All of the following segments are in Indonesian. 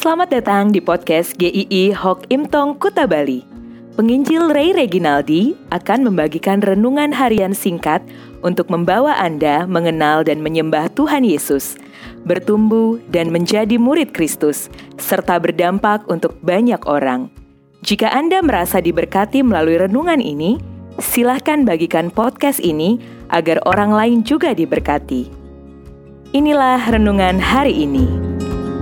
Selamat datang di podcast GII Hok Imtong Kuta Bali. Penginjil Ray Reginaldi akan membagikan renungan harian singkat untuk membawa Anda mengenal dan menyembah Tuhan Yesus, bertumbuh dan menjadi murid Kristus, serta berdampak untuk banyak orang. Jika Anda merasa diberkati melalui renungan ini, silahkan bagikan podcast ini agar orang lain juga diberkati. Inilah renungan hari ini.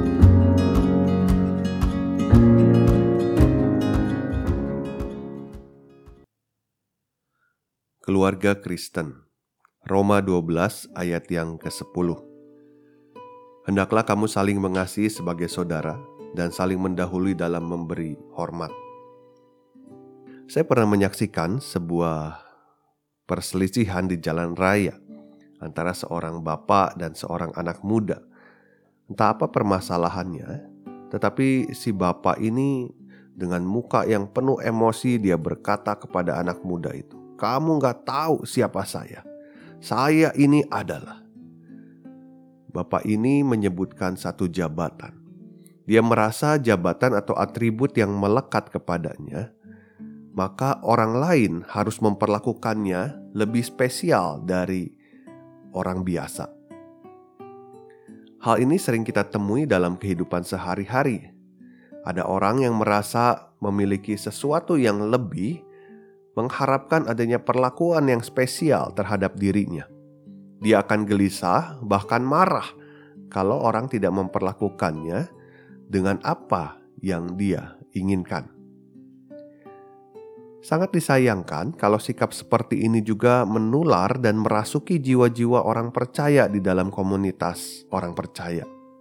Keluarga Kristen, Roma 12 ayat yang ke-10. Hendaklah kamu saling mengasihi sebagai saudara dan saling mendahului dalam memberi hormat. Saya pernah menyaksikan sebuah perselisihan di jalan raya antara seorang bapak dan seorang anak muda. Entah apa permasalahannya, tetapi si bapak ini dengan muka yang penuh emosi dia berkata kepada anak muda itu, "Kamu gak tahu siapa saya. Saya ini adalah." Bapak ini menyebutkan satu jabatan. Dia merasa jabatan atau atribut yang melekat kepadanya, maka orang lain harus memperlakukannya lebih spesial dari orang biasa. Hal ini sering kita temui dalam kehidupan sehari-hari. Ada orang yang merasa memiliki sesuatu yang lebih, mengharapkan adanya perlakuan yang spesial terhadap dirinya. Dia akan gelisah, bahkan marah kalau orang tidak memperlakukannya dengan apa yang dia inginkan. Sangat disayangkan kalau sikap seperti ini juga menular dan merasuki jiwa-jiwa orang percaya di dalam komunitas orang percaya.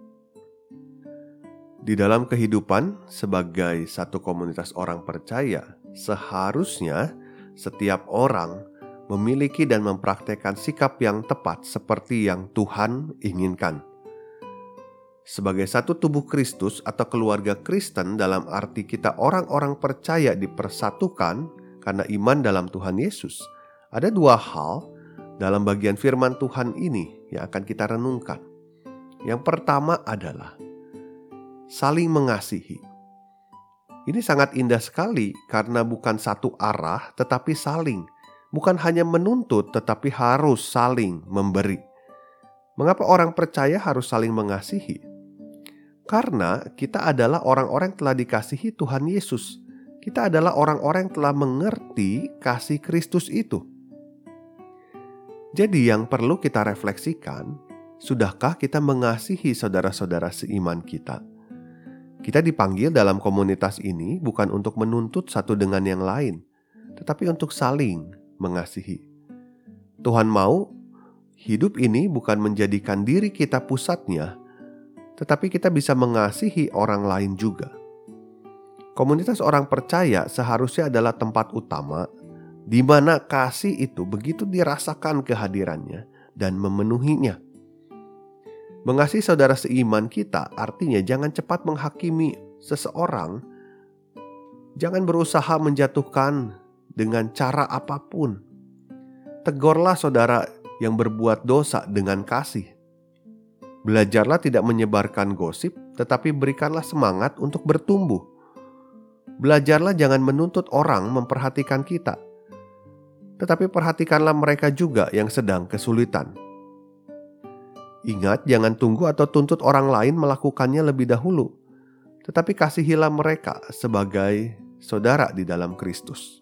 Di dalam kehidupan sebagai satu komunitas orang percaya, seharusnya setiap orang memiliki dan mempraktekkan sikap yang tepat seperti yang Tuhan inginkan. Sebagai satu tubuh Kristus atau keluarga Kristen, dalam arti kita orang-orang percaya dipersatukan karena iman dalam Tuhan Yesus, ada dua hal dalam bagian firman Tuhan ini yang akan kita renungkan. Yang pertama adalah saling mengasihi. Ini sangat indah sekali karena bukan satu arah tetapi saling. Bukan hanya menuntut tetapi harus saling memberi. Mengapa orang percaya harus saling mengasihi? Karena kita adalah orang-orang yang telah dikasihi Tuhan Yesus. Kita adalah orang-orang yang telah mengerti kasih Kristus itu. Jadi yang perlu kita refleksikan, sudahkah kita mengasihi saudara-saudara seiman kita? Kita dipanggil dalam komunitas ini bukan untuk menuntut satu dengan yang lain, tetapi untuk saling mengasihi. Tuhan mau hidup ini bukan menjadikan diri kita pusatnya, tetapi kita bisa mengasihi orang lain juga. Komunitas orang percaya seharusnya adalah tempat utama di mana kasih itu begitu dirasakan kehadirannya dan memenuhinya. Mengasihi saudara seiman kita artinya jangan cepat menghakimi seseorang. Jangan berusaha menjatuhkan dengan cara apapun. Tegurlah saudara yang berbuat dosa dengan kasih. Belajarlah tidak menyebarkan gosip, tetapi berikanlah semangat untuk bertumbuh. Belajarlah jangan menuntut orang memperhatikan kita, tetapi perhatikanlah mereka juga yang sedang kesulitan. Ingat, jangan tunggu atau tuntut orang lain melakukannya lebih dahulu, tetapi kasihilah mereka sebagai saudara di dalam Kristus.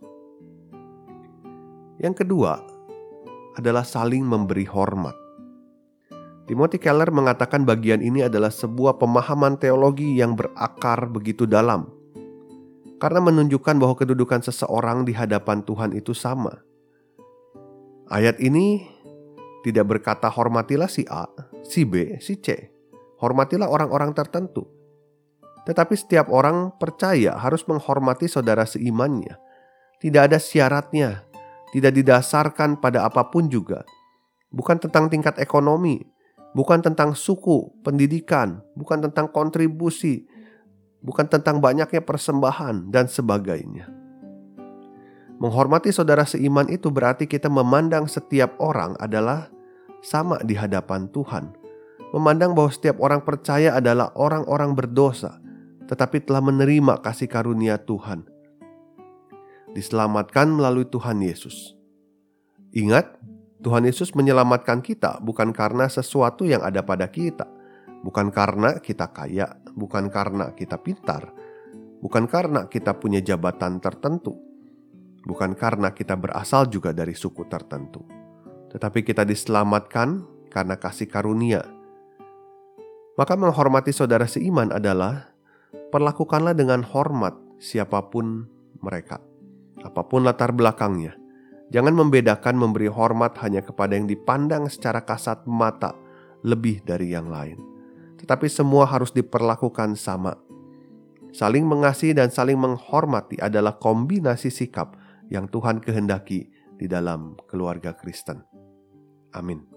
Yang kedua adalah saling memberi hormat. Timothy Keller mengatakan bagian ini adalah sebuah pemahaman teologi yang berakar begitu dalam, karena menunjukkan bahwa kedudukan seseorang di hadapan Tuhan itu sama. Ayat ini tidak berkata hormatilah si A, si B, si C. Hormatilah orang-orang tertentu. Tetapi setiap orang percaya harus menghormati saudara seimannya. Tidak ada syaratnya, tidak didasarkan pada apapun juga. Bukan tentang tingkat ekonomi, bukan tentang suku, pendidikan, bukan tentang kontribusi, bukan tentang banyaknya persembahan, dan sebagainya. Menghormati saudara seiman itu berarti kita memandang setiap orang adalah sama di hadapan Tuhan. Memandang bahwa setiap orang percaya adalah orang-orang berdosa tetapi telah menerima kasih karunia Tuhan. Diselamatkan melalui Tuhan Yesus. Ingat, Tuhan Yesus menyelamatkan kita bukan karena sesuatu yang ada pada kita, bukan karena kita kaya, bukan karena kita pintar, bukan karena kita punya jabatan tertentu, bukan karena kita berasal juga dari suku tertentu, tetapi kita diselamatkan karena kasih karunia. Maka menghormati saudara seiman adalah perlakukanlah dengan hormat siapapun mereka, apapun latar belakangnya. Jangan membedakan memberi hormat hanya kepada yang dipandang secara kasat mata lebih dari yang lain. Tetapi semua harus diperlakukan sama. Saling mengasihi dan saling menghormati adalah kombinasi sikap yang Tuhan kehendaki di dalam keluarga Kristen. Amin.